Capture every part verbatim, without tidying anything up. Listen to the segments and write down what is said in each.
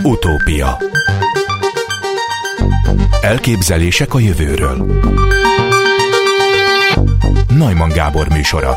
Utópia. Elképzelések a jövőről. Neumann Gábor műsora.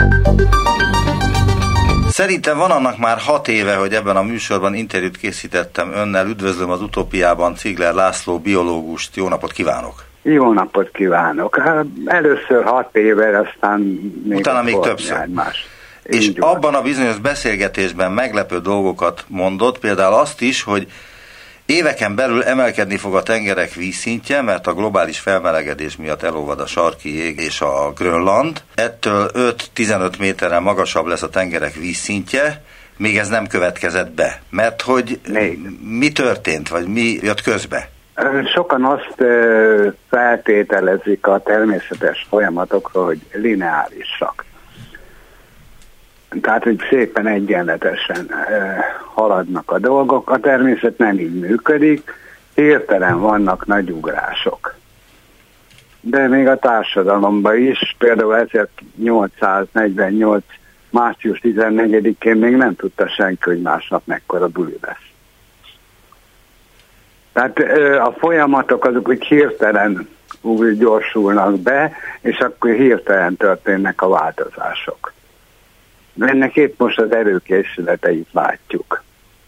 Szerintem van annak már hat éve, hogy ebben a műsorban interjút készítettem önnel. Üdvözlöm az Utópiában Cigler László biológust. Jó napot kívánok! Jó napot kívánok! Először hat éve, aztán még utána még többször. Más. És abban a bizonyos beszélgetésben meglepő dolgokat mondott, például azt is, hogy éveken belül emelkedni fog a tengerek vízszintje, mert a globális felmelegedés miatt elolvad a sarki jég és a Grönland. Ettől öt-tizenöt méterrel magasabb lesz a tengerek vízszintje, még ez nem következett be. Mert hogy még. Mi történt, vagy mi jött közbe? Sokan azt feltételezik a természetes folyamatokról, hogy lineárisak. Tehát, hogy szépen egyenletesen e, haladnak a dolgok. A természet nem így működik, hirtelen vannak nagy ugrások. De még a társadalomban is, például ezernyolcszáznegyvennyolc március tizennegyedikén még nem tudta senki, hogy másnap mekkora buli lesz. Tehát e, a folyamatok azok, hogy hirtelen úgy gyorsulnak be, és akkor hirtelen történnek a változások. De ennek épp most az erőkészületeit látjuk.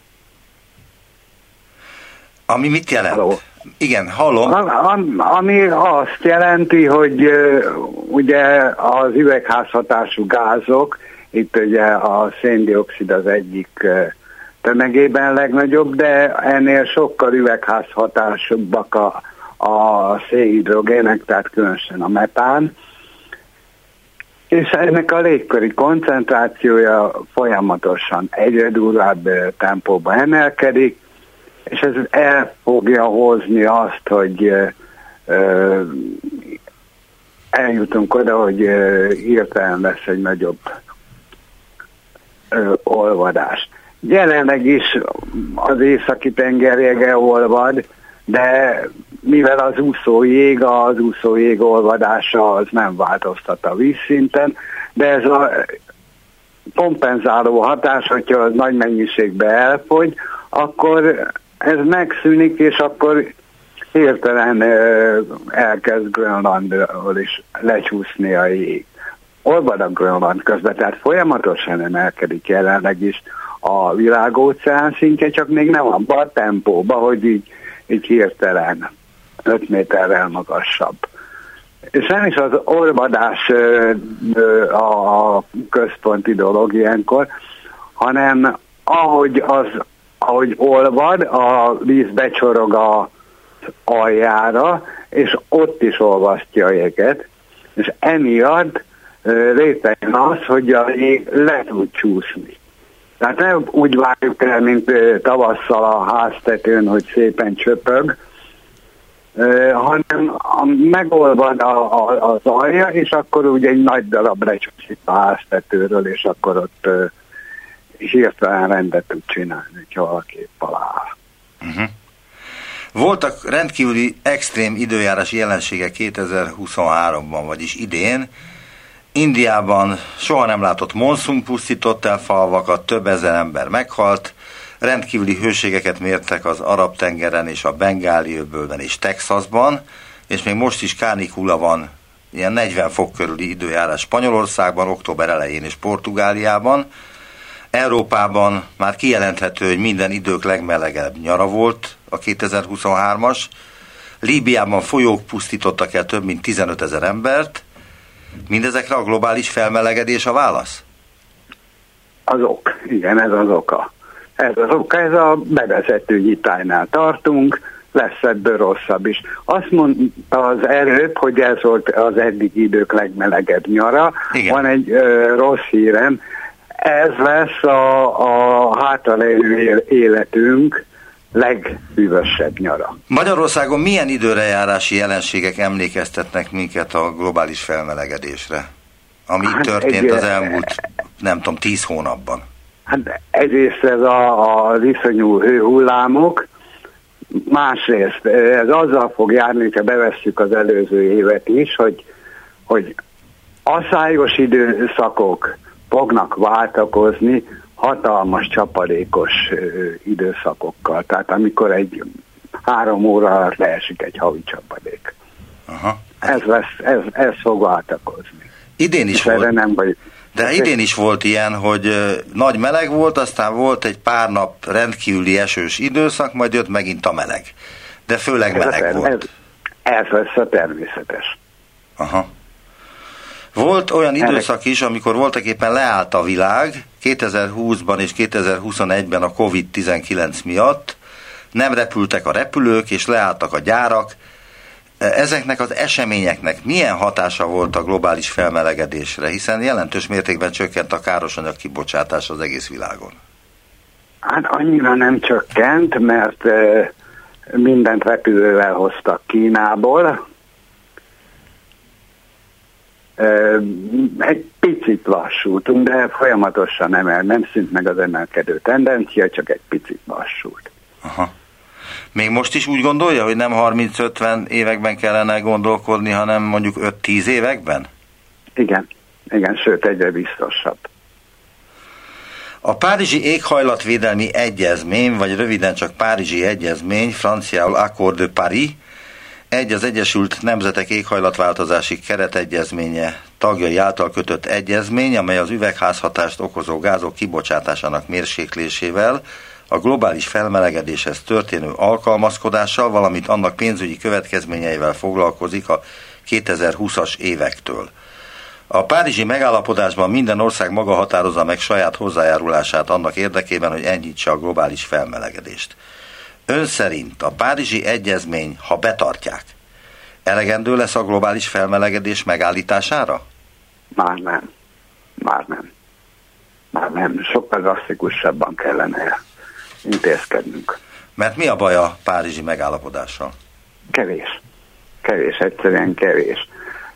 Ami mit jelent? Halló. Igen, hallom. A, a, ami azt jelenti, hogy uh, ugye az üvegházhatású gázok, itt ugye a széndioxid az egyik uh, tömegében legnagyobb, de ennél sokkal üvegházhatásúbbak a, a szénhidrogének, tehát különösen a metán. És ennek a légköri koncentrációja folyamatosan egyre durvább tempóban emelkedik, és ez el fogja hozni azt, hogy ö, eljutunk oda, hogy ö, hirtelen lesz egy nagyobb ö, olvadás. Jelenleg is az északi tengerjege olvad, de mivel az úszójég, az úszójég olvadása az nem változtat a vízszinten, de ez a kompenzáló hatás, hogyha az nagy mennyiségbe elfogy, akkor ez megszűnik, és akkor hirtelen elkezd Grönlandról is lecsúszni a jég. Olvad a Grönland közben, tehát folyamatosan emelkedik jelenleg is a világóceán szintje, csak még nem abban a tempóban, hogy így, így hirtelen öt méterrel magasabb. És nem is az olvadás a központi dolog ilyenkor, hanem ahogy, az, ahogy olvad, a víz becsorog az aljára, és ott is olvasztja a jéget, és emiatt létrejön az, hogy a jég le tud csúszni. Tehát nem úgy várjuk el, mint tavasszal a háztetőn, hogy szépen csöpög, Uh, hanem a, megolvad a, a, az alja, és akkor ugye egy nagy darab lecsúszik a háztetőről, és akkor ott uh, hirtelen rendet tud csinálni, hogyha valaki épp alá áll. Uh-huh. Voltak rendkívüli extrém időjárási jelenségek kétezer-huszonháromban, vagyis idén. Indiában soha nem látott monszun pusztított el falvakat, több ezer ember meghalt, rendkívüli hőségeket mértek az Arab-tengeren és a Bengáli-öbölben és Texasban, és még most is kánikula van, ilyen negyven fok körüli időjárás Spanyolországban, október elején és Portugáliában. Európában már kijelenthető, hogy minden idők legmelegebb nyara volt a kétezer-huszonhármas. Líbiában folyók pusztítottak el több mint tizenöt ezer embert. Mindezekre a globális felmelegedés a válasz? Az ok, igen, ez az oka. Ez az oka, ez a bevezető nyitájnál tartunk, lesz ebből rosszabb is. Azt mondta az előbb, hogy ez volt az eddigi idők legmelegebb nyara. Igen. Van egy ö, rossz hírem, ez lesz a, a hátralévő életünk leghűvösebb nyara. Magyarországon milyen időrejárási jelenségek emlékeztetnek minket a globális felmelegedésre, ami hát történt egy, az elmúlt, nem tudom, tíz hónapban? Hát egyrészt ez a, a viszonyú hőhullámok, másrészt ez azzal fog járni, hogyha bevesszük az előző évet is, hogy, hogy asszályos időszakok fognak váltakozni hatalmas csapadékos időszakokkal, tehát amikor egy három óra alatt leesik egy havi csapadék. Aha. Ez, lesz, ez, ez fog váltakozni. Idén is volt. Nem vagy... De idén is volt ilyen, hogy nagy meleg volt, aztán volt egy pár nap rendkívüli esős időszak, majd jött megint a meleg. De főleg ez meleg ter- volt. Ez, ez lesz a természetes. Aha. Volt olyan időszak is, amikor voltak éppen leállt a világ, kétezer-húszban és kétezer-huszonegyben a kovid tizenkilenc miatt, nem repültek a repülők, és leálltak a gyárak. Ezeknek az eseményeknek milyen hatása volt a globális felmelegedésre, hiszen jelentős mértékben csökkent a károsanyag kibocsátás az egész világon? Hát annyira nem csökkent, mert mindent repülővel hoztak Kínából. Egy picit lassultunk, de folyamatosan emel, nem szűnt meg az emelkedő tendencia, csak egy picit lassult. Aha. Még most is úgy gondolja, hogy nem harminc-ötven években kellene gondolkodni, hanem mondjuk öt-tíz években? Igen, igen, sőt egyre biztosabb. A Párizsi Éghajlatvédelmi Egyezmény, vagy röviden csak Párizsi Egyezmény, franciául Accord de Paris, egy az Egyesült Nemzetek éghajlatváltozási keretegyezménye tagjai által kötött egyezmény, amely az üvegházhatást okozó gázok kibocsátásának mérséklésével, a globális felmelegedéshez történő alkalmazkodással, valamint annak pénzügyi következményeivel foglalkozik a kétezer-húszas évektől. A párizsi megállapodásban minden ország maga határozza meg saját hozzájárulását annak érdekében, hogy enyhítse a globális felmelegedést. Ön szerint a Párizsi Egyezmény, ha betartják, elegendő lesz a globális felmelegedés megállítására? Már nem. Már nem. Már nem. Sokkal drasztikusabban kellene intézkednünk. Mert mi a baj a párizsi megállapodással? Kevés. Kevés, egyszerűen kevés.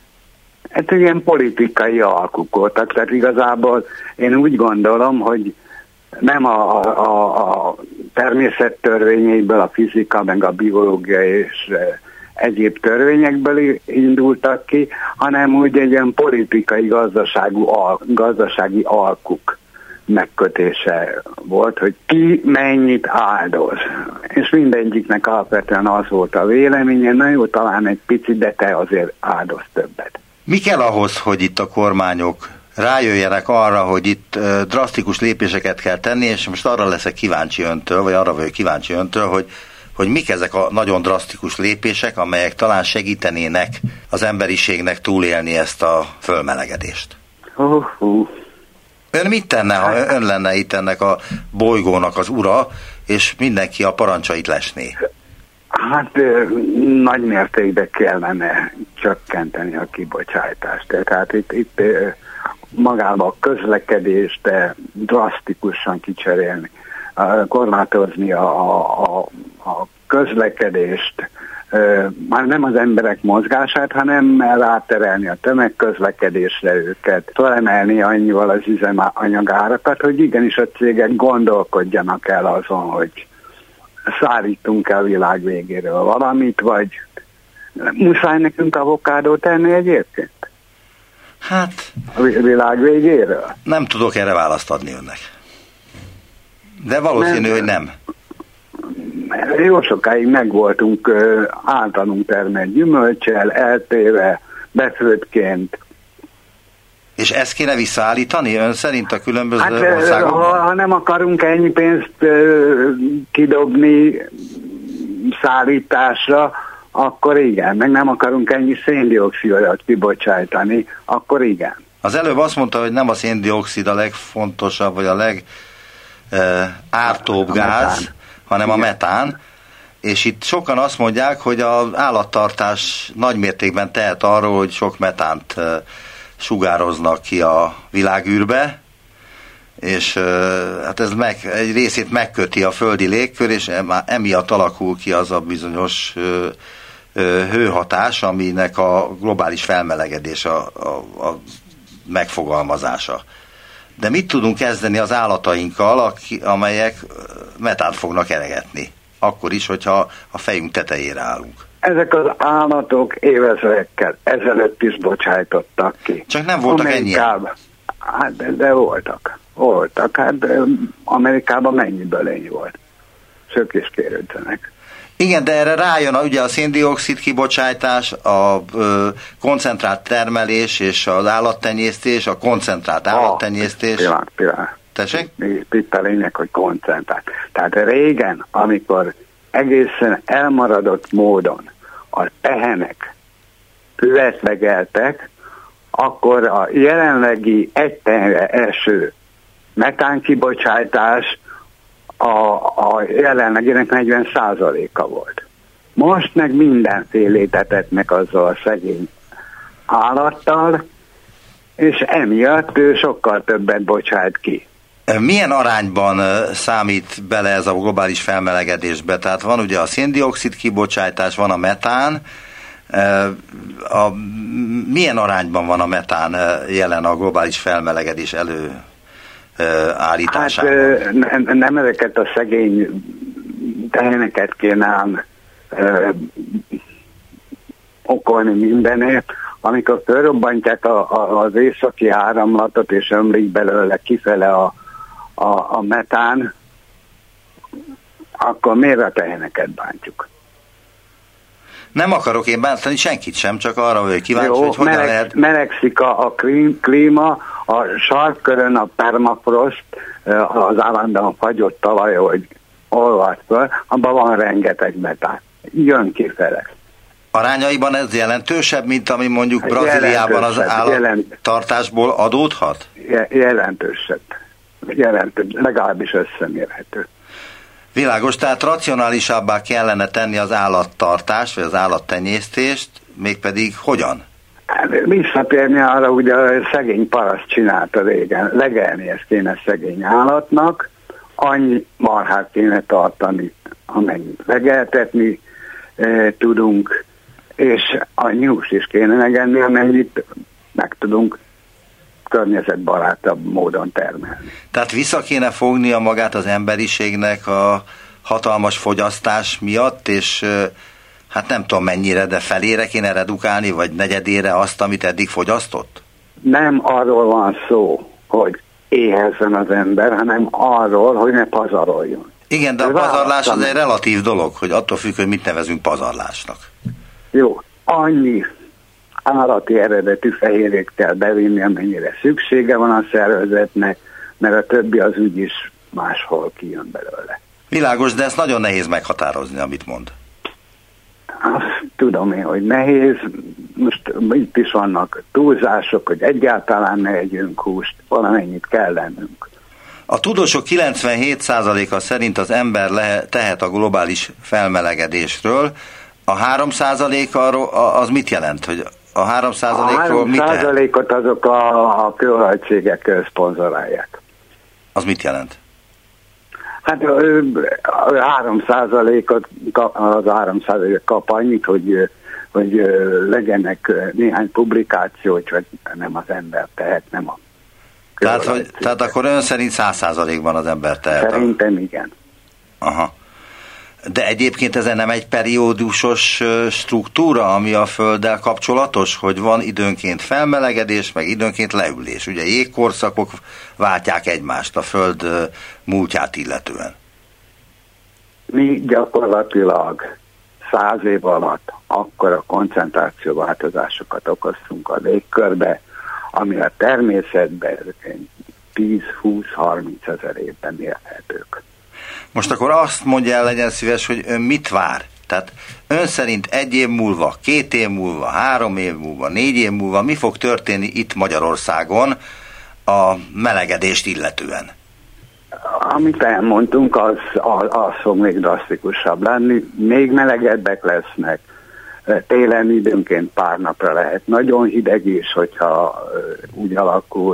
Hát ilyen politikai alkuk voltak, tehát igazából én úgy gondolom, hogy nem a, a, a természettörvényeiből, a fizika, meg a biológia és egyéb törvényekből indultak ki, hanem úgy egy ilyen politikai gazdaságú, gazdasági alkuk megkötése volt, hogy ki mennyit áldoz. És mindegyiknek alapvetően az volt a véleménye, na jó, talán egy picit, de te azért áldoz többet. Mi kell ahhoz, hogy itt a kormányok rájöjjenek arra, hogy itt drasztikus lépéseket kell tenni, és most arra leszek kíváncsi öntől, vagy arra vagyok kíváncsi öntől, hogy, hogy mik ezek a nagyon drasztikus lépések, amelyek talán segítenének az emberiségnek túlélni ezt a fölmelegedést? Uh, uh. Ön mit tenne, ha ön lenne itt ennek a bolygónak az ura, és mindenki a parancsait lesné? Hát nagy mértékben kellene csökkenteni a kibocsátást. Tehát itt, itt magában a közlekedést drasztikusan kicserélni, korlátozni a, a, a közlekedést, már nem az emberek mozgását, hanem ráterelni a tömegközlekedésre őket, felemelni annyival az üzemanyagárakat, hogy igenis a cégek gondolkodjanak el azon, hogy szállítunk el a világ végéről valamit, vagy muszáj nekünk avokádót tenni egyébként? Hát... A világ végéről? Nem tudok erre választ adni önnek. De valószínű, nem, hogy nem. Jó sokáig megvoltunk általunk termelt gyümölcsel, eltéve, befőttként. És ezt kéne visszaállítani ön szerint a különböző hát, országokban? Ha, ha nem akarunk ennyi pénzt kidobni szállításra, akkor igen, meg nem akarunk ennyi széndioxidot kibocsájtani, akkor igen. Az előbb azt mondta, hogy nem a széndioxid a legfontosabb, vagy a legártóbb uh, gáz, metán. hanem igen. a metán, és itt sokan azt mondják, hogy az állattartás nagymértékben tehet arról, hogy sok metánt uh, sugároznak ki a világűrbe, és uh, hát ez meg, egy részét megköti a földi légkör, és emiatt alakul ki az a bizonyos uh, uh, hőhatás, aminek a globális felmelegedés a, a, a megfogalmazása. De mit tudunk kezdeni az állatainkkal, aki, amelyek metánt fognak eregetni? Akkor is, hogyha a fejünk tetejére állunk. Ezek az állatok évezredekkel ezelőtt is bocsájtottak ki. Csak nem voltak ennyien. Hát de, de voltak. voltak. Hát Amerikában mennyi bölény volt? Szök és kérődzenek. Igen, de erre rájön a, ugye a széndioxid kibocsátás, a ö, koncentrált termelés és az állattenyésztés, a koncentrált állattenyésztés. Pillanat, pillanat. Tessék? Itt a lényeg, hogy koncentrált. Tehát régen, amikor egészen elmaradott módon a tehenek füvet legeltek, akkor a jelenlegi egy tehenre eső metánkibocsátás a, a jelenleginek negyven százaléka volt. Most meg mindenfélét etetnek azzal a szegény állattal, és emiatt ő sokkal többet bocsát ki. Milyen arányban számít bele ez a globális felmelegedésbe? Tehát van ugye a széndioxid kibocsátás, van a metán. A, milyen arányban van a metán jelen a globális felmelegedés előállításában? Hát nem ezeket a szegény teheneket kéne ö, okolni mindenért. Amikor felrobbantják a, a, az északi áramlatot, és ömlik belőle kifele a, a, a metán, akkor miért a teheneket bántjuk? Nem akarok én bántani senkit sem, csak arra vagyok kíváncsi, Jó, hogy hogyan meleg, lehet... melegszik a, a klíma, a sarkkörön a permafrost, az állandóan fagyott talaj, hogy olvad föl, abban van rengeteg metán. Jön kifele. Arányaiban ez jelentősebb, mint ami mondjuk Brazíliában az állattartásból adódhat? Jelentősebb. Jelentős, legalábbis összemérhető. Világos, tehát racionálisabbá kellene tenni az állattartást, vagy az állattenyésztést, mégpedig hogyan? Visszatérni arra, ugye a szegény paraszt csinálta régen. Legelni ezt kéne szegény állatnak, annyi marhát kéne tartani, amennyit legeltetni e, tudunk, és annyi húst is kéne megenni, amennyit meg tudunk környezetbarátabb módon termelni. Tehát vissza kéne fognia magát az emberiségnek a hatalmas fogyasztás miatt, és hát nem tudom mennyire, de felére kéne redukálni, vagy negyedére azt, amit eddig fogyasztott? Nem arról van szó, hogy éhezzen az ember, hanem arról, hogy ne pazaroljon. Igen, de a pazarlás az egy relatív dolog, hogy attól függ, hogy mit nevezünk pazarlásnak. Jó, annyi állati eredetű fehérjét kell bevinni, amennyire szüksége van a szervezetnek, mert a többi az úgyis máshol kijön belőle. Világos, de ezt nagyon nehéz meghatározni, amit mond. Azt tudom én, hogy nehéz. Most itt is vannak túlzások, hogy egyáltalán ne együnk húst, valamennyit kell lennünk. A tudósok kilencvenhét százaléka szerint az ember lehet, tehet a globális felmelegedésről. A három százalék az mit jelent, hogy a három százalékról mit tehet? A három százalékot azok a, a kőolajcégek szponzorálják. Az mit jelent? Hát a három százalékot, az három százalék kap annyit, hogy, hogy legyenek néhány publikációt, vagy nem az ember tehet, nem a tehát, hogy, tehát akkor ön szerint száz százalékban az ember tehet? Szerintem igen. Aha. De egyébként ez nem egy periódusos struktúra, ami a Földdel kapcsolatos, hogy van időnként felmelegedés, meg időnként leülés. Ugye jégkorszakok váltják egymást a Föld múltját illetően. Mi gyakorlatilag száz év alatt akkora koncentrációváltozásokat okoztunk a légkörbe, ami a természetben tíz, húsz, harminc ezer évben élhetők. Most akkor azt mondja el, legyen szíves, hogy ön mit vár? Tehát ön szerint egy év múlva, két év múlva, három év múlva, négy év múlva mi fog történni itt Magyarországon a melegedést illetően? Amit elmondtunk, az, az, az fog még drasztikusabb lenni. Még melegebbek lesznek. Télen időnként pár napra lehet nagyon hideg is, hogyha úgy alakul.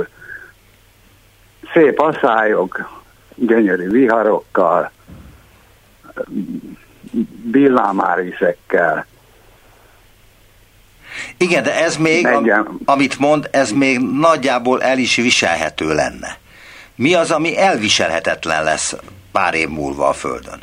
Szép aszályok, gyönyörű viharokkal, villámárisekkel. Igen, de ez még, am, amit mond, ez még nagyjából el is viselhető lenne. Mi az, ami elviselhetetlen lesz pár év múlva a Földön?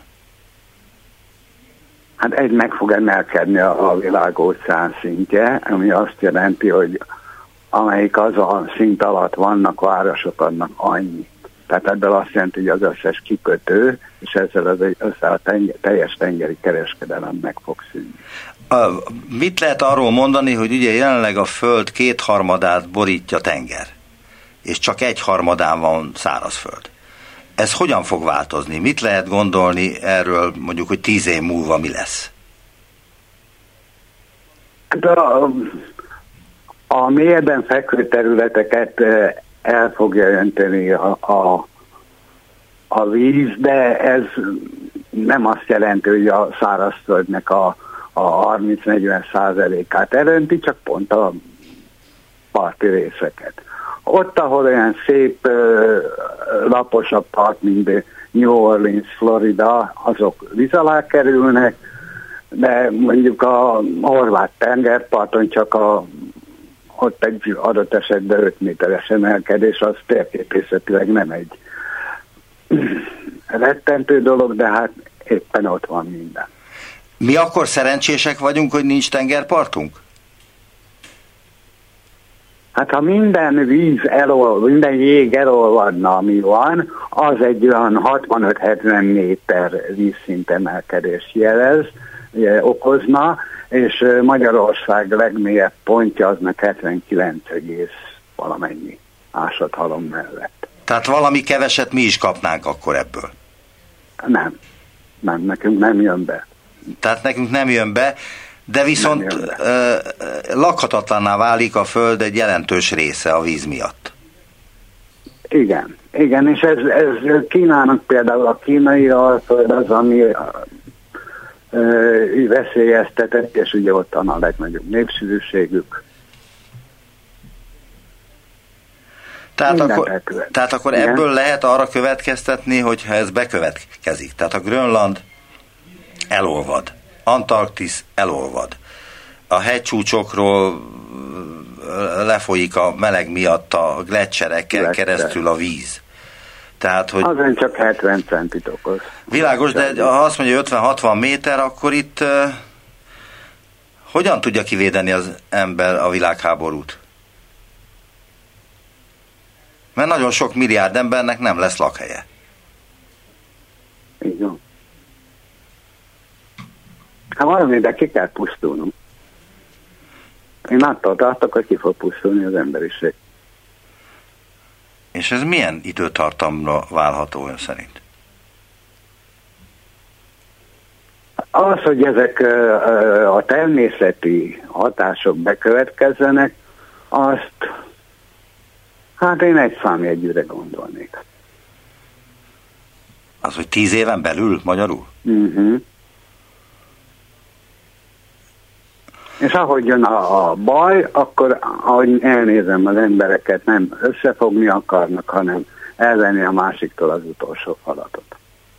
Hát egy meg fog emelkedni a, a világóceán szintje, ami azt jelenti, hogy amelyik azon szint alatt vannak városok, annak annyi Tehát ebből azt jelenti, hogy az összes kikötő, és ezzel az össze a tenger, teljes tengeri kereskedelem meg fog szűnni. A, mit lehet arról mondani, hogy ugye jelenleg a Föld kétharmadát borítja tenger, és csak egyharmadán van szárazföld. Ez hogyan fog változni? Mit lehet gondolni erről, mondjuk, hogy tíz év múlva mi lesz? De a, a mélyben fekvő területeket el fogja önteni a, a, a víz, de ez nem azt jelenti, hogy a szárazföldnek a, a harminc-negyven százalékát elönti, csak pont a parti részeket. Ott, ahol olyan szép laposabb part, mint New Orleans, Florida, azok víz alá kerülnek, de mondjuk a horvát tengerparton csak a, ott egy adott esetben öt méteres emelkedés, az térképészetileg nem egy rettentő dolog, de hát éppen ott van minden. Mi akkor szerencsések vagyunk, hogy nincs tengerpartunk? Hát ha minden víz elol, minden jég elolvadna, ami van, az egy olyan hatvanöt-hetven méter vízszint emelkedés jelez, okozna, és Magyarország legmélyebb pontja az meg hetvenkilenc egész valamennyi ásadhalom mellett. Tehát valami keveset mi is kapnánk akkor ebből? Nem. Nem, nekünk nem jön be. Tehát nekünk nem jön be, de viszont uh, lakhatatlanná válik a Föld egy jelentős része a víz miatt. Igen, igen, és ez, ez Kínának például a kínai alföld az, ami uh, veszélyeztetett, és ugye ott van a legnagyobb népsűrűségük. Tehát akkor, tehát akkor ebből lehet arra következtetni, hogyha ez bekövetkezik. Tehát a Grönland elolvad, Antarktisz elolvad, a hegycsúcsokról lefolyik a meleg miatt a gleccsereken keresztül a víz. Tehát, hogy azon csak hetven centit okoz. Világos, de ha azt mondja ötven-hatvan méter, akkor itt uh, hogyan tudja kivédeni az ember a világháborút? Mert nagyon sok milliárd embernek nem lesz lakhelye. Így van. Hát valami, de ki kell pusztulnunk. Én attól tartok, hogy ki fog pusztulni az emberiség. És ez milyen időtartamra válható ön szerint? Az, hogy ezek a természeti hatások bekövetkezzenek, azt hát én egy számjegyűre gondolnék. Az, hogy tíz éven belül, magyarul? Uh-huh. És ahogy jön a, a baj, akkor ahogy elnézem az embereket, nem összefogni akarnak, hanem elvenni a másiktól az utolsó falatot.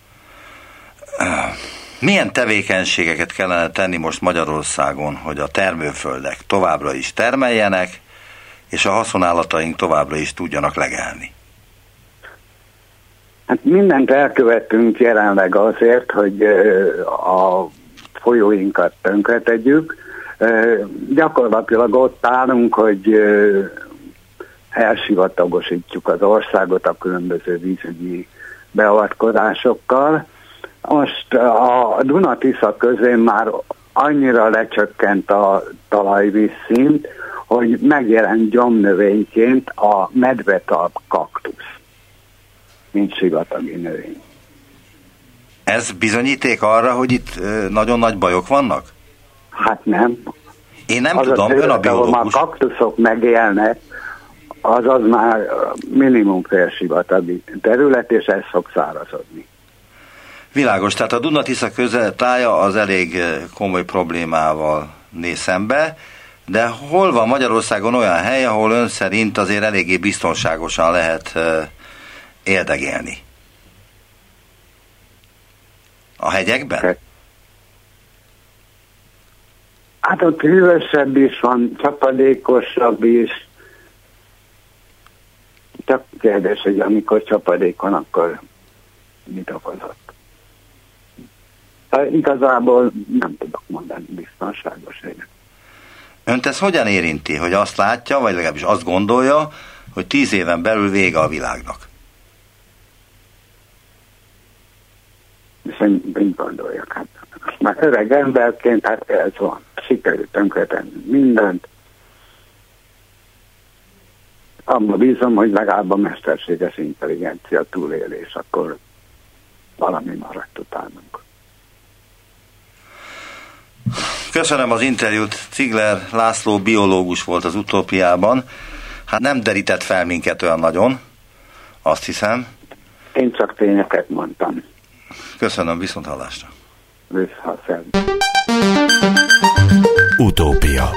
Milyen tevékenységeket kellene tenni most Magyarországon, hogy a termőföldek továbbra is termeljenek, és a haszonállataink továbbra is tudjanak legelni? Hát mindent elkövettünk jelenleg azért, hogy a folyóinkat tönkretegyük. Gyakorlatilag ott állunk, hogy elsivatagosítjuk az országot a különböző vízügyi beavatkozásokkal. Most a Duna-Tisza közén már annyira lecsökkent a talajvízszint, hogy megjelent gyomnövényként a medvetalp kaktusz, mint sivatagi növény. Ez bizonyíték arra, hogy itt nagyon nagy bajok vannak? Hát nem. Én nem az tudom, a ön a biológus. Ahol már kaktuszok megélnek, az az már minimum félsivatagi terület, és ez fog szárazodni. Világos, tehát a Duna-Tisza közeltája az elég komoly problémával néz szembe, de hol van Magyarországon olyan hely, ahol ön szerint azért eléggé biztonságosan lehet éldegélni? A hegyekben? Hát ott hűvösebb is van, csapadékosabb is. Csak kérdés, hogy amikor csapadék van, akkor mit okozott. Igazából nem tudok mondani biztonságos helyet. Önt ez hogyan érinti, hogy azt látja, vagy legalábbis azt gondolja, hogy tíz éven belül vége a világnak? hogy mit gondoljak. Hát, már öreg emberként, hát ez van. Sikerült tönkretenni mindent. Abba bízom, hogy legalább a mesterséges intelligencia túlélés, akkor valami maradt utánunk. Köszönöm az interjút. Ziegler László biológus volt az Utópiában. Hát nem derített fel minket olyan nagyon, azt hiszem. Én csak tényeket mondtam. Köszönöm, viszont hallásra. Viszont. Utópia.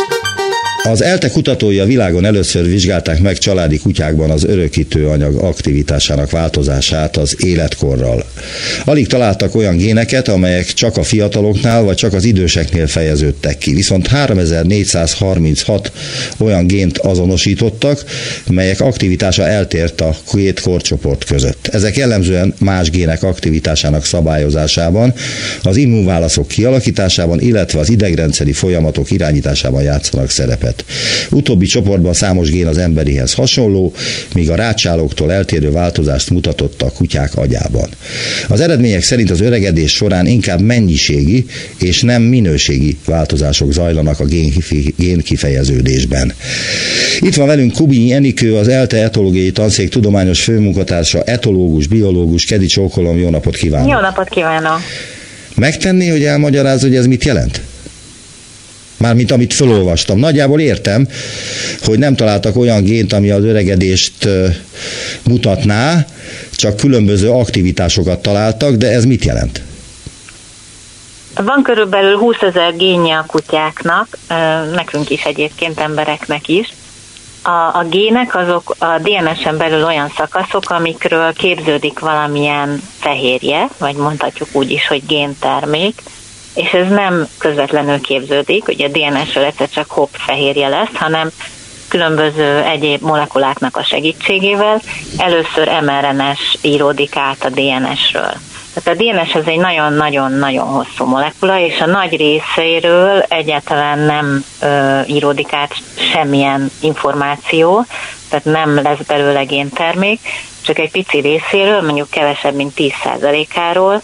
Az ELTE kutatói a világon először vizsgálták meg családi kutyákban az örökítő anyag aktivitásának változását az életkorral. Alig találtak olyan géneket, amelyek csak a fiataloknál vagy csak az időseknél fejeződtek ki, viszont háromezer-négyszázharminchat olyan gént azonosítottak, melyek aktivitása eltért a két korcsoport között. Ezek jellemzően más gének aktivitásának szabályozásában, az immunválaszok kialakításában, illetve az idegrendszeri folyamatok irányításában játszanak szerepet. Utóbbi csoportban számos gén az emberihez hasonló, míg a rácsálóktól eltérő változást mutatott a kutyák agyában. Az eredmények szerint az öregedés során inkább mennyiségi és nem minőségi változások zajlanak a génkifejeződésben. Itt van velünk Kubinyi Enikő, az ELTE etológiai tanszék tudományos főmunkatársa, etológus, biológus. Kedi csókolom, jó napot kívánok! Jó napot kívánok! Megtenni, hogy elmagyarázz, hogy ez mit jelent? Mármint amit felolvastam. Nagyjából értem, hogy nem találtak olyan gént, ami az öregedést mutatná, csak különböző aktivitásokat találtak, de ez mit jelent? Van körülbelül húszezer génje a kutyáknak, nekünk is egyébként, embereknek is. A, a gének azok a dé en es-en belül olyan szakaszok, amikről képződik valamilyen fehérje, vagy mondhatjuk úgy is, hogy géntermék, és ez nem közvetlenül képződik, ugye a dé en es-ről egyszer csak hopp fehérje lesz, hanem különböző egyéb molekuláknak a segítségével először em er en es íródik át a dé en es-ről. Tehát a dé en es ez egy nagyon-nagyon-nagyon hosszú molekula, és a nagy részéről egyáltalán nem ö, íródik át semmilyen információ, tehát nem lesz belőle géntermék, csak egy pici részéről, mondjuk kevesebb, mint tíz százalékáról.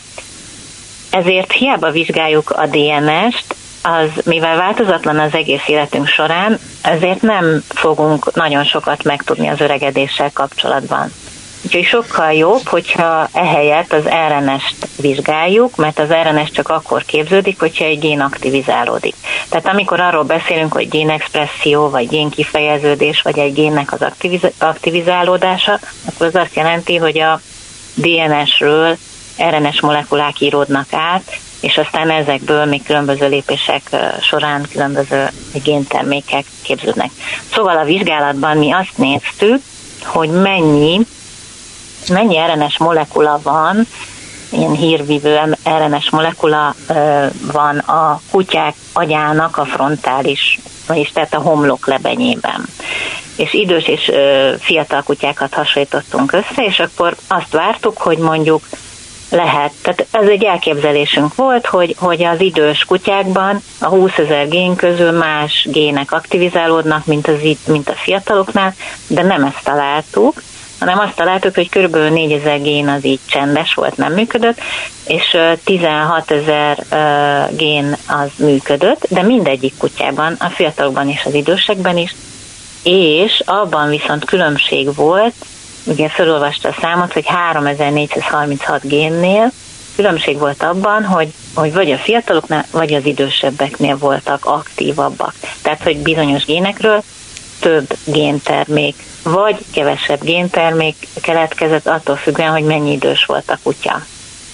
Ezért hiába vizsgáljuk a dé en es-t, az, mivel változatlan az egész életünk során, ezért nem fogunk nagyon sokat megtudni az öregedéssel kapcsolatban. Úgyhogy sokkal jobb, hogyha ehelyett az er en es-t vizsgáljuk, mert az er en es csak akkor képződik, hogyha egy gén aktivizálódik. Tehát amikor arról beszélünk, hogy génexpresszió, vagy génkifejeződés, vagy egy génnek az aktiviz- aktivizálódása, akkor az azt jelenti, hogy a dé en es-ről er en es molekulák íródnak át, és aztán ezekből még különböző lépések során különböző géntermékek képződnek. Szóval a vizsgálatban mi azt néztük, hogy mennyi, mennyi er en es molekula van, ilyen hírvívő er en es molekula van a kutyák agyának a frontális, vagyis tehát a homlok lebenyében. És idős és fiatal kutyákat hasonlítottunk össze, és akkor azt vártuk, hogy mondjuk lehet. Tehát ez egy elképzelésünk volt, hogy, hogy az idős kutyákban a húszezer gén közül más gének aktivizálódnak, mint, az, mint a fiataloknál, de nem ezt találtuk, hanem azt találtuk, hogy körülbelül négyezer gén az így csendes volt, nem működött, és tizenhatezer gén az működött, de mindegyik kutyában, a fiatalokban és az idősekben is, és abban viszont különbség volt, ugye felolvasta a számot, hogy háromezer-négyszázharminchat génnél különbség volt abban, hogy, hogy vagy a fiataloknál, vagy az idősebbeknél voltak aktívabbak. Tehát, hogy bizonyos génekről több géntermék, vagy kevesebb géntermék keletkezett attól függően, hogy mennyi idős volt a kutya.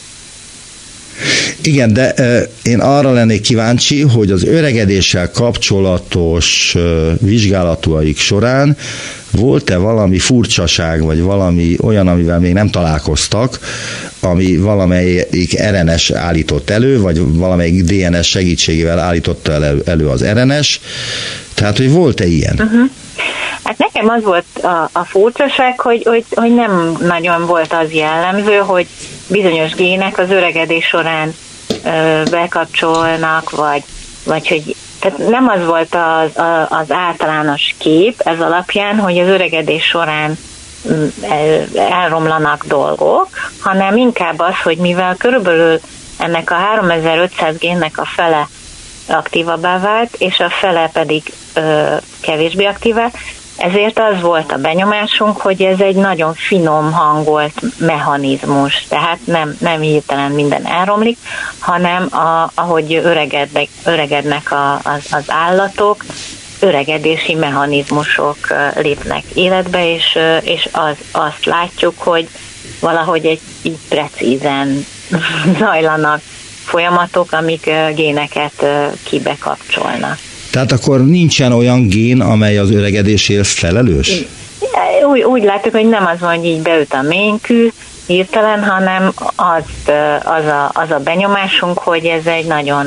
Igen, de uh, én arra lennék kíváncsi, hogy az öregedéssel kapcsolatos uh, vizsgálataik során volt-e valami furcsaság, vagy valami olyan, amivel még nem találkoztak, ami valamelyik er en es állított elő, vagy valamelyik dé en es segítségével állította elő, elő az er en es. Tehát, hogy volt-e ilyen? Uh-huh. Hát nekem az volt a, a furcsaság, hogy, hogy, hogy nem nagyon volt az jellemző, hogy bizonyos gének az öregedés során ö, bekapcsolnak, vagy, vagy hogy tehát nem az volt az, az általános kép ez alapján, hogy az öregedés során elromlanak dolgok, hanem inkább az, hogy mivel körülbelül ennek a háromezer-ötszáz génnek a fele aktívabbá vált, és a fele pedig ö, kevésbé aktívá, ezért az volt a benyomásunk, hogy ez egy nagyon finom hangolt mechanizmus, tehát nem, nem hirtelen minden elromlik, hanem a, ahogy öregednek, öregednek a, az, az állatok, öregedési mechanizmusok lépnek életbe, és, és az, azt látjuk, hogy valahogy egy így precízen zajlanak folyamatok, amik géneket kibekapcsolnak. Tehát akkor nincsen olyan gén, amely az öregedésért felelős? Úgy, úgy látjuk, hogy nem az van, hogy így beüt a ménkű hirtelen, hanem az, az, a, az a benyomásunk, hogy ez egy nagyon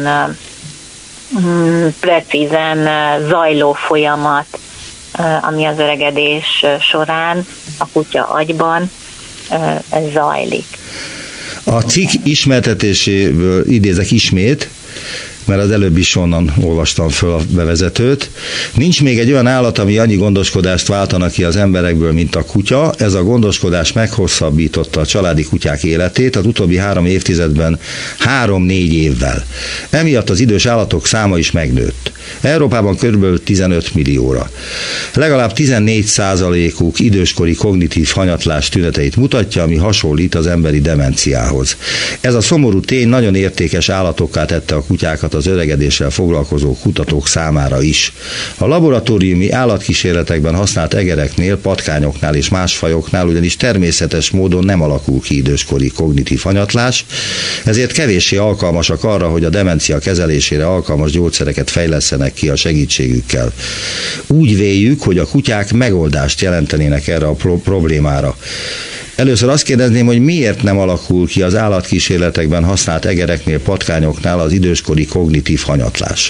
precízen zajló folyamat, ami az öregedés során a kutya agyban zajlik. A cikk ismertetéséből idézek ismét, mert az előbb is onnan olvastam föl a bevezetőt. Nincs még egy olyan állat, ami annyi gondoskodást váltana ki az emberekből, mint a kutya. Ez a gondoskodás meghosszabbította a családi kutyák életét az utóbbi három évtizedben három-négy évvel. Emiatt az idős állatok száma is megnőtt. Európában kb. tizenöt millióra. Legalább tizennégy százalékuk időskori kognitív hanyatlás tüneteit mutatja, ami hasonlít az emberi demenciához. Ez a szomorú tény nagyon értékes állatokká tette a kutyákat az öregedéssel foglalkozó kutatók számára is. A laboratóriumi állatkísérletekben használt egereknél, patkányoknál és más fajoknál ugyanis természetes módon nem alakul ki időskori kognitív hanyatlás, ezért kevéssé alkalmasak arra, hogy a demencia kezelésére alkalmas gyógyszereket fejlesszenek ki a segítségükkel. Úgy véljük, hogy a kutyák megoldást jelentenének erre a pro- problémára. Először azt kérdezném, hogy miért nem alakul ki az állatkísérletekben használt egereknél, patkányoknál az időskori kognitív hanyatlás?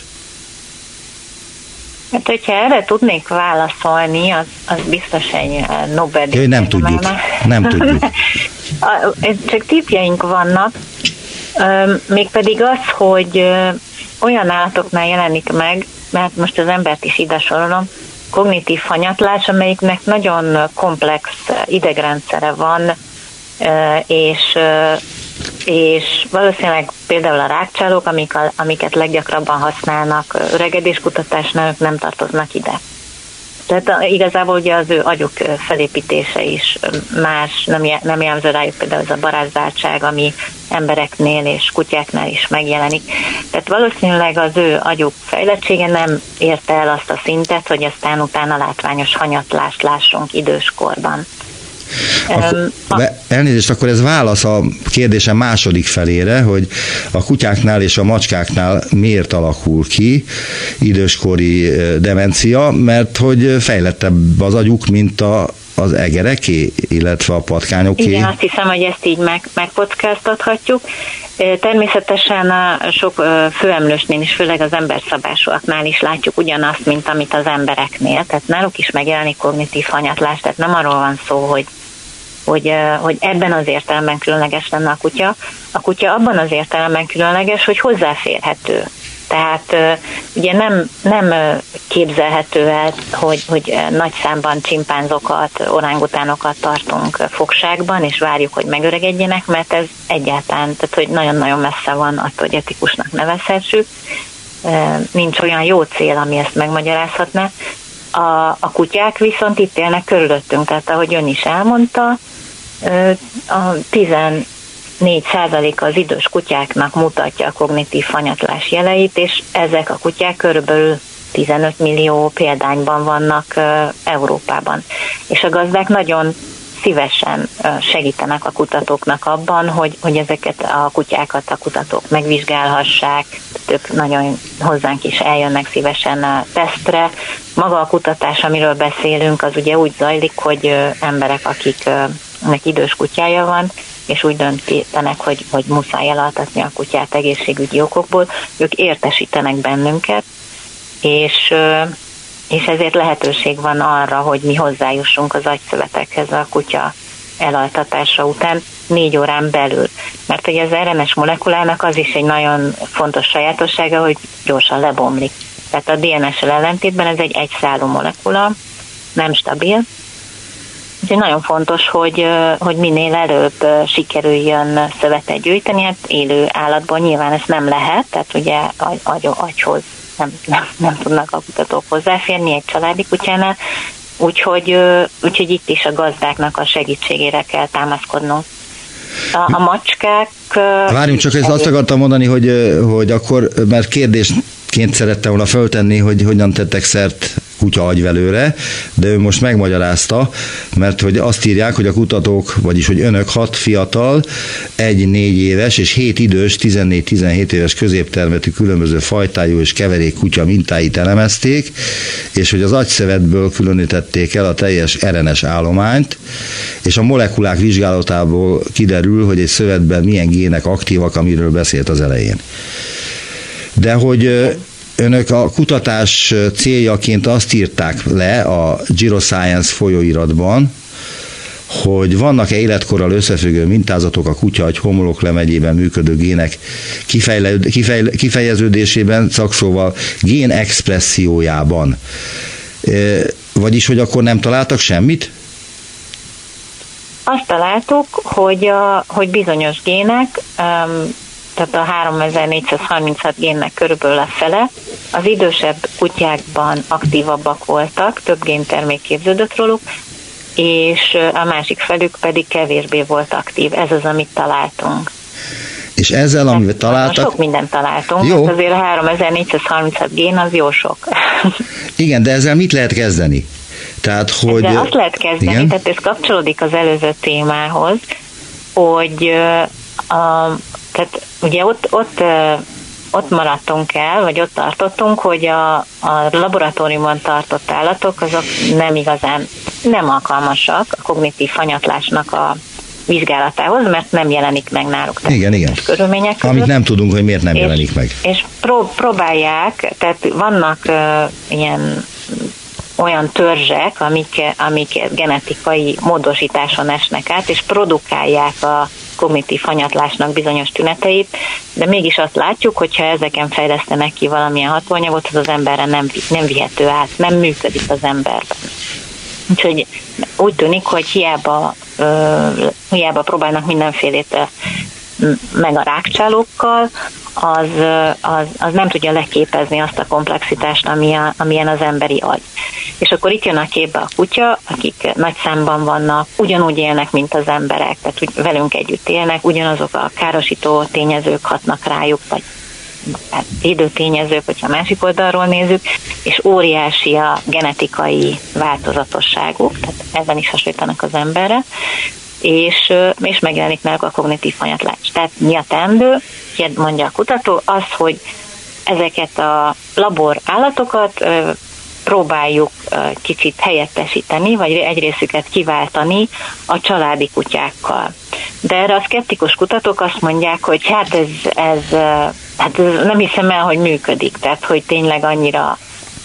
Hát, hogyha erre tudnék válaszolni, az, az biztos egy Nobel-díj. Jaj, nem tudjuk. Nem tudjuk. Csak tippjeink vannak, mégpedig az, hogy olyan állatoknál jelenik meg, mert most az embert is ide sorolom, kognitív hanyatlás, amelyiknek nagyon komplex idegrendszere van, és, és valószínűleg például a rágcsálók, amik a, amiket leggyakrabban használnak öregedéskutatásnál, ők nem tartoznak ide. Tehát igazából ugye az ő agyuk felépítése is más, nem, nem jellemző rájuk például ez a barázdáltság, ami embereknél és kutyáknál is megjelenik. Tehát valószínűleg az ő agyuk fejlettsége nem érte el azt a szintet, hogy aztán utána látványos hanyatlást lássunk időskorban. Akkor, be, elnézést, akkor ez válasz a kérdésem második felére, hogy a kutyáknál és a macskáknál miért alakul ki időskori demencia, mert hogy fejlettebb az agyuk, mint a, az egereké, illetve a patkányoké. Igen, azt hiszem, hogy ezt így meg, megkockáztathatjuk. Természetesen a sok főemlősnél is, főleg az emberszabásúaknál is látjuk ugyanazt, mint amit az embereknél. Tehát náluk is megjelenik kognitív hanyatlás, tehát nem arról van szó, hogy, hogy, hogy ebben az értelemben különleges lenne a kutya. A kutya abban az értelemben különleges, hogy hozzáférhető. Tehát ugye nem, nem képzelhető el, hogy, hogy nagy számban csimpánzokat, orángutánokat tartunk fogságban, és várjuk, hogy megöregedjenek, mert ez egyáltalán, tehát hogy nagyon-nagyon messze van attól, hogy etikusnak nevezhessük. Nincs olyan jó cél, ami ezt megmagyarázhatna. A, a kutyák viszont itt élnek körülöttünk, tehát ahogy ön is elmondta, a tizennégy százaléka az idős kutyáknak mutatja a kognitív hanyatlás jeleit, és ezek a kutyák körülbelül tizenöt millió példányban vannak Európában. És a gazdák nagyon szívesen segítenek a kutatóknak abban, hogy, hogy ezeket a kutyákat a kutatók megvizsgálhassák, ők nagyon hozzánk is eljönnek szívesen a tesztre. Maga a kutatás, amiről beszélünk, az ugye úgy zajlik, hogy emberek, akiknek idős kutyája van, és úgy döntenek, hogy, hogy muszáj elaltatni a kutyát egészségügyi okokból, ők értesítenek bennünket, és, és ezért lehetőség van arra, hogy mi hozzájussunk az agyszövetekhez a kutya elaltatása után négy órán belül. Mert ugye az er en es molekulának az is egy nagyon fontos sajátossága, hogy gyorsan lebomlik. Tehát a dé en es-sel ellentétben ez egy egyszálú molekula, nem stabil, Úgyhogy nagyon fontos, hogy, hogy minél előbb sikerüljön szövetet gyűjteni, hát élő állatból nyilván ez nem lehet, tehát ugye agy, agy, agyhoz nem, nem, nem tudnak a kutatók hozzáférni egy családi kutyánál, úgyhogy, úgyhogy itt is a gazdáknak a segítségére kell támaszkodnunk. A, a macskák... Várjunk csak, ezt azt akartam mondani, hogy, hogy akkor, mert kérdésként szerettem volna föltenni, hogy hogyan tettek szert kutya agyvelőre, de ő most megmagyarázta, mert hogy azt írják, hogy a kutatók, vagyis hogy önök hat fiatal, egy négy éves és hét idős, tizennégy-tizenhét éves középtermetű különböző fajtájú és keverék kutya mintáit elemezték, és hogy az agyszövetből különítették el a teljes er en es állományt, és a molekulák vizsgálatából kiderül, hogy egy szövetben milyen gének aktívak, amiről beszélt az elején. De hogy önök a kutatás céljaként azt írták le a Giroscience folyóiratban, hogy vannak-e életkorral összefüggő mintázatok a kutya-agy homloklemegyében működő gének kifejle, kifejle, kifejeződésében, szakszóval génexpressziójában. E, vagyis, hogy akkor nem találtak semmit? Azt találtuk, hogy, a, hogy bizonyos gének, um, tehát a háromezer-négyszázharminchat génnek körülbelül a fele, az idősebb kutyákban aktívabbak voltak, több géntermék képződött róluk, és a másik felük pedig kevésbé volt aktív. Ez az, amit találtunk. És ezzel, amit találtak... Sok mindent találtunk, jó. Azért a háromezer-négyszázharminchat gén az jó sok. Igen, de ezzel mit lehet kezdeni? Tehát, hogy... Ezzel azt lehet kezdeni, igen? Tehát ez kapcsolódik az előző témához, hogy a, tehát ugye ott, ott, ott maradtunk el, vagy ott tartottunk, hogy a, a laboratóriumban tartott állatok azok nem igazán nem alkalmasak a kognitív hanyatlásnak a vizsgálatához, mert nem jelenik meg náluk. Igen, igen. Körülmények között. Amit nem tudunk, hogy miért nem és, jelenik meg. És pró- próbálják, tehát vannak uh, ilyen olyan törzsek, amik, amik genetikai módosításon esnek át, és produkálják a kognitív hanyatlásnak bizonyos tüneteit, de mégis azt látjuk, hogyha ezeken fejlesztenek ki valamilyen hatóanyagot, az az emberre nem, nem vihető át, nem működik az emberben. Úgyhogy úgy tűnik, hogy hiába, uh, hiába próbálnak mindenfélét uh, meg a rákcsálókkal, az, az, az nem tudja leképezni azt a komplexitást, amilyen, amilyen az emberi agy. És akkor itt jön a képbe a kutya, akik nagy számban vannak, ugyanúgy élnek, mint az emberek, tehát úgy velünk együtt élnek, ugyanazok a károsító tényezők hatnak rájuk, vagy hát védőtényezők, hogyha a másik oldalról nézzük, és óriási a genetikai változatosságuk, tehát ebben is hasonlítanak az emberre, és, és megjelenik náluk a kognitív hanyatlás. Tehát mi a teendő, mondja a kutató, az, hogy ezeket a labor állatokat próbáljuk kicsit helyettesíteni, vagy egy részüket kiváltani a családi kutyákkal. De erre a szkeptikus kutatók azt mondják, hogy hát ez, ez, hát ez nem hiszem el, hogy működik, tehát hogy tényleg annyira,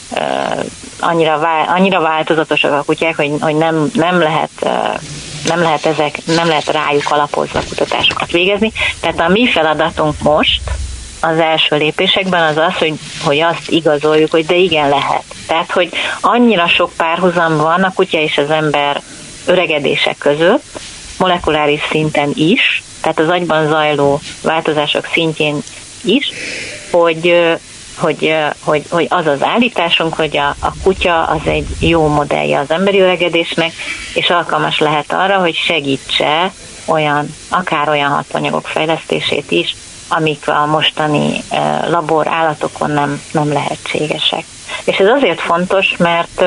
annyira, annyira változatosak a kutyák, hogy, hogy nem, nem lehet nem lehet ezek, nem lehet rájuk alapozva kutatásokat végezni. Tehát a mi feladatunk most az első lépésekben az az, hogy, hogy azt igazoljuk, hogy de igen lehet. Tehát, hogy annyira sok párhuzam van a kutya és az ember öregedések között, molekuláris szinten is, tehát az agyban zajló változások szintjén is, hogy, hogy, hogy, hogy az az állításunk, hogy a, a kutya az egy jó modellje az emberi öregedésnek, és alkalmas lehet arra, hogy segítse olyan, akár olyan hatóanyagok fejlesztését is, amik a mostani labor állatokon nem, nem lehetségesek. És ez azért fontos, mert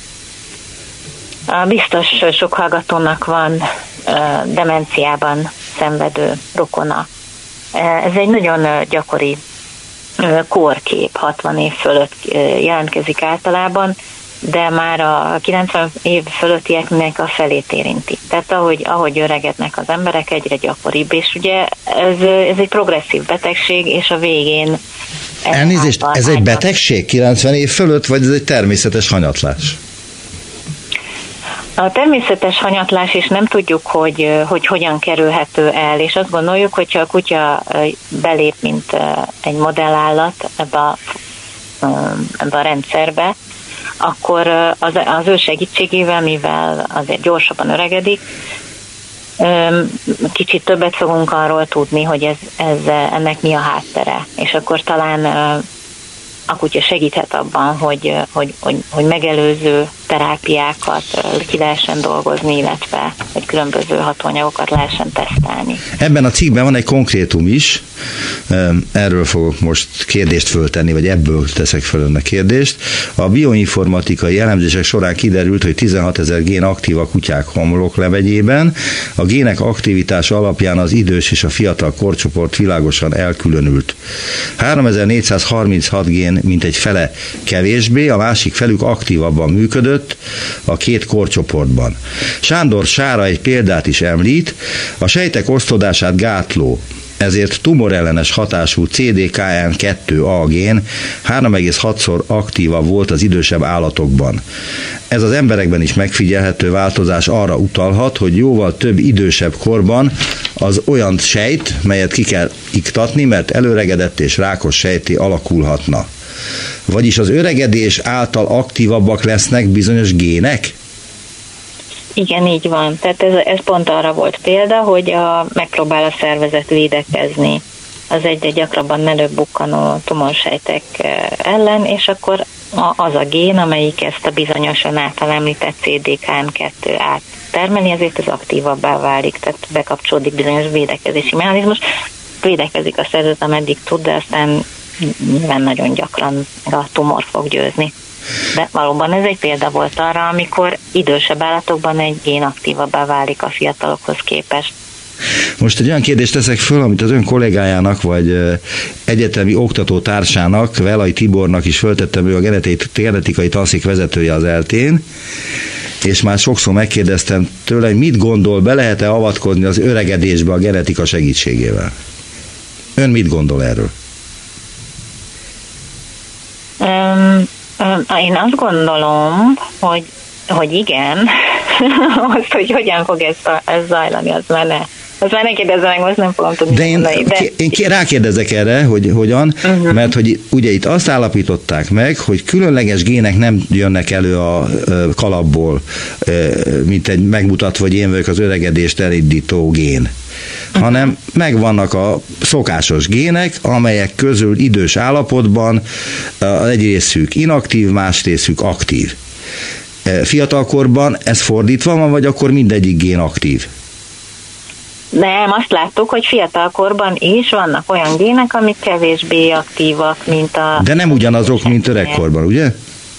biztos sok hallgatónak van demenciában szenvedő rokona. Ez egy nagyon gyakori kórkép, hatvan év fölött jelentkezik általában, de már a kilencven év fölöttieknek a felét érinti. Tehát ahogy, ahogy öregednek az emberek, egyre gyakoribb, és ugye ez, ez egy progresszív betegség, és a végén... Elnézést, ez egy betegség kilencven év fölött, vagy ez egy természetes hanyatlás? A természetes hanyatlás, és nem tudjuk, hogy, hogy hogyan kerülhető el, és azt gondoljuk, hogyha a kutya belép, mint egy modellállat ebbe a, ebbe a rendszerbe, akkor az, az ő segítségével, mivel azért gyorsabban öregedik, kicsit többet fogunk arról tudni, hogy ez, ez, ennek mi a háttere. És akkor talán a kutya segíthet abban, hogy, hogy, hogy, hogy megelőző terápiákat ki lehessen dolgozni, illetve hogy különböző hatóanyagokat lehessen tesztelni. Ebben a cikkben van egy konkrétum is, erről fogok most kérdést föltenni, vagy ebből teszek föl önnek kérdést. A bioinformatikai elemzések során kiderült, hogy tizenhatezer gén aktív a kutyák homloklevegyében. A gének aktivitása alapján az idős és a fiatal korcsoport világosan elkülönült. háromezer-négyszázharminchat gén mintegy fele kevésbé, a másik felük aktívabban működött a két korcsoportban. Sándor Sára egy példát is említ, a sejtek osztódását gátló, ezért tumorellenes hatású cé dé ká en kettő á gén három egész hatszor aktívabb volt az idősebb állatokban. Ez az emberekben is megfigyelhető változás arra utalhat, hogy jóval több idősebb korban az olyan sejt, melyet ki kell iktatni, mert előregedett és rákos sejtté alakulhatna. Vagyis az öregedés által aktívabbak lesznek bizonyos gének? Igen, így van. Tehát ez, ez pont arra volt példa, hogy a, megpróbál a szervezet védekezni az egyre gyakrabban előbukkanó tumorsejtek ellen, és akkor az a gén, amelyik ezt a bizonyosan által említett cé dé ká en kettő át termeli, ezért ez aktívabbá válik, tehát bekapcsolódik bizonyos védekezési mechanizmus. Védekezik a szervezet, ameddig tud, de aztán nyilván nagyon gyakran a tumor fog győzni. De valóban ez egy példa volt arra, amikor idősebb állatokban egy gén aktívabbá válik a fiatalokhoz képest. Most egy olyan kérdést teszek föl, amit az ön kollégájának, vagy egyetemi oktatótársának, Velay Tibornak is föltettem, ő a genetikai tanszék vezetője az eltén, és már sokszor megkérdeztem tőle, hogy mit gondol, be lehet-e avatkozni az öregedésbe a genetika segítségével? Ön mit gondol erről? Um, um, én azt gondolom, hogy, hogy igen, azt, hogy hogyan fog ez, ez zajlani, az már ne. Az már ne kérdezze meg, most nem fogom tudni. De én, mondani, de... én rákérdezek erre, hogy hogyan, uh-huh. mert hogy ugye itt azt állapították meg, hogy különleges gének nem jönnek elő a kalapból, mint egy megmutatva, hogy én vagyok az öregedést elindító gén, uh-huh. hanem megvannak a szokásos gének, amelyek közül idős állapotban egy részük inaktív, más részük aktív. Fiatalkorban ez fordítva van, vagy akkor mindegyik gén aktív? Nem, azt láttuk, hogy fiatalkorban is vannak olyan gének, amik kevésbé aktívak, mint a... De nem ugyanazok, mint öregkorban, ugye?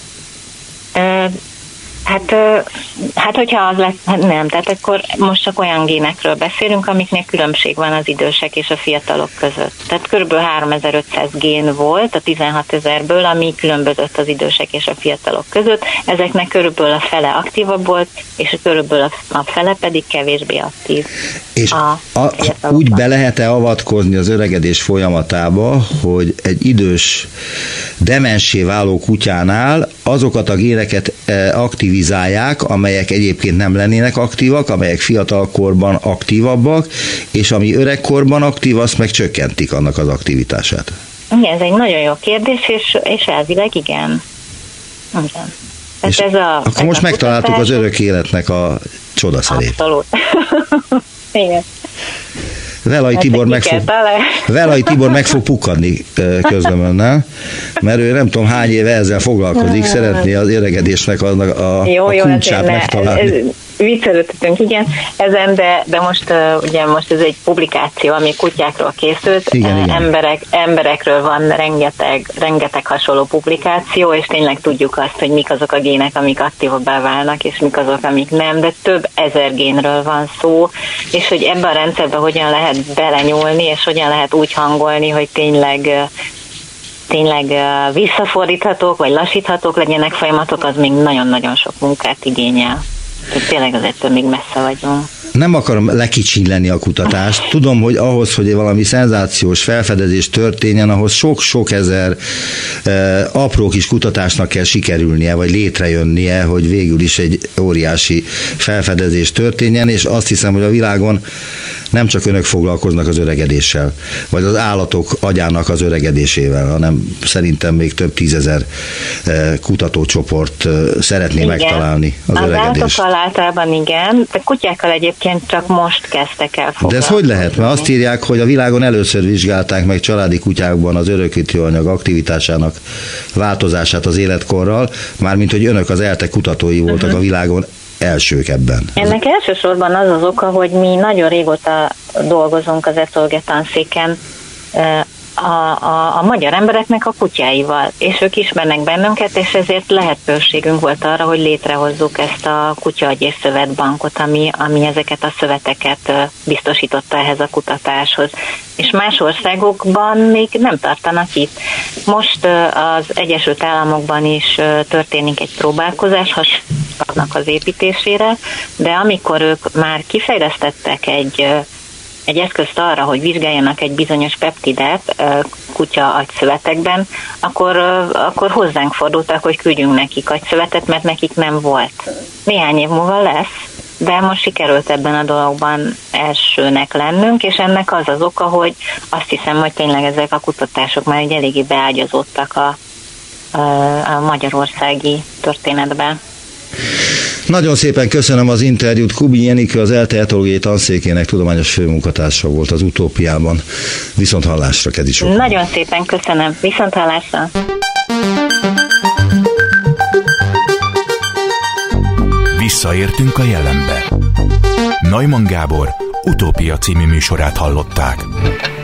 Hát, hát hogyha az lesz, hát nem, tehát akkor most csak olyan génekről beszélünk, amiknél különbség van az idősek és a fiatalok között. Tehát körülbelül háromezer-ötszáz gén volt a tizenhatezerből, ami különbözött az idősek és a fiatalok között. Ezeknek körülbelül a fele aktívabb volt, és körülbelül a fele pedig kevésbé aktív. És a a, úgy be lehet-e avatkozni az öregedés folyamatába, hogy egy idős demenssé váló kutyánál azokat a géneket aktivizálják, amelyek egyébként nem lennének aktívak, amelyek fiatalkorban aktívabbak, és ami öregkorban aktív, azt meg csökkentik annak az aktivitását? Igen, ez egy nagyon jó kérdés, és, és elvileg igen. Igen. És ez a, akkor ez most a megtaláltuk kutatás... az örök életnek a csodaszerét. Abszolút. Igen. Velay Tibor, meg fog, Velay Tibor meg fog pukkadni közlöm önnel, mert ő nem tudom hány éve ezzel foglalkozik, szeretné az öregedésnek a, a, jó, a jó, kulcsát megtalálni. Viccelődhetünk, igen, ezen, de, de most uh, ugye most ez egy publikáció, ami kutyákról készült, igen, igen. Emberek, emberekről van rengeteg, rengeteg hasonló publikáció, és tényleg tudjuk azt, hogy mik azok a gének, amik aktívabbá válnak, és mik azok, amik nem, de több ezer génről van szó, és hogy ebben a rendszerben hogyan lehet belenyúlni, és hogyan lehet úgy hangolni, hogy tényleg tényleg visszafordíthatók, vagy lassíthatók legyenek folyamatok, az még nagyon-nagyon sok munkát igényel. Tehát tényleg azért még messze vagyunk. nem akarom lekicsinyleni a kutatást. Tudom, hogy ahhoz, hogy valami szenzációs felfedezés történjen, ahhoz sok-sok ezer e, apró kis kutatásnak kell sikerülnie, vagy létrejönnie, hogy végül is egy óriási felfedezés történjen, és azt hiszem, hogy a világon nem csak önök foglalkoznak az öregedéssel, vagy az állatok agyának az öregedésével, hanem szerintem még több tízezer kutatócsoport szeretné igen. megtalálni az, az öregedést. Az állatokkal általában igen, de kutyákkal egyébként csak most kezdtek el foglalkozni. De ez hogy lehet? Mert azt írják, hogy a világon először vizsgálták meg családi kutyákban az örökítőanyag aktivitásának változását az életkorral, mármint hogy önök az ELTE kutatói voltak uh-huh. a világon elsők ebben. Ennek elsősorban az az oka, hogy mi nagyon régóta dolgozunk az etológia tanszéken a, a, a magyar embereknek a kutyáival, és ők ismernek bennünket, és ezért lehetőségünk volt arra, hogy létrehozzuk ezt a kutya-agy és szövetbankot, ami, ami ezeket a szöveteket biztosította ehhez a kutatáshoz. És más országokban még nem tartanak itt. Most az Egyesült Államokban is történik egy próbálkozás hasonlóknak az építésére, de amikor ők már kifejlesztettek egy egy eszközt arra, hogy vizsgáljanak egy bizonyos peptidet kutya agyszövetekben, akkor, akkor hozzánk fordultak, hogy küldjünk nekik agyszövetet, mert nekik nem volt. Néhány év múlva lesz, de most sikerült ebben a dologban elsőnek lennünk, és ennek az az oka, hogy azt hiszem, hogy tényleg ezek a kutatások már egy eléggé beágyazódtak a, a, a magyarországi történetben. Nagyon szépen köszönöm az interjút. Kubiny Enikő, az ELTE etológiai tanszékének tudományos főmunkatársa volt az Utópiában. Viszont hallásra, Kedi Sokó. Nagyon szépen köszönöm. Viszont hallásra. Visszaértünk a jelenbe. Neumann Gábor Utópia című műsorát hallották.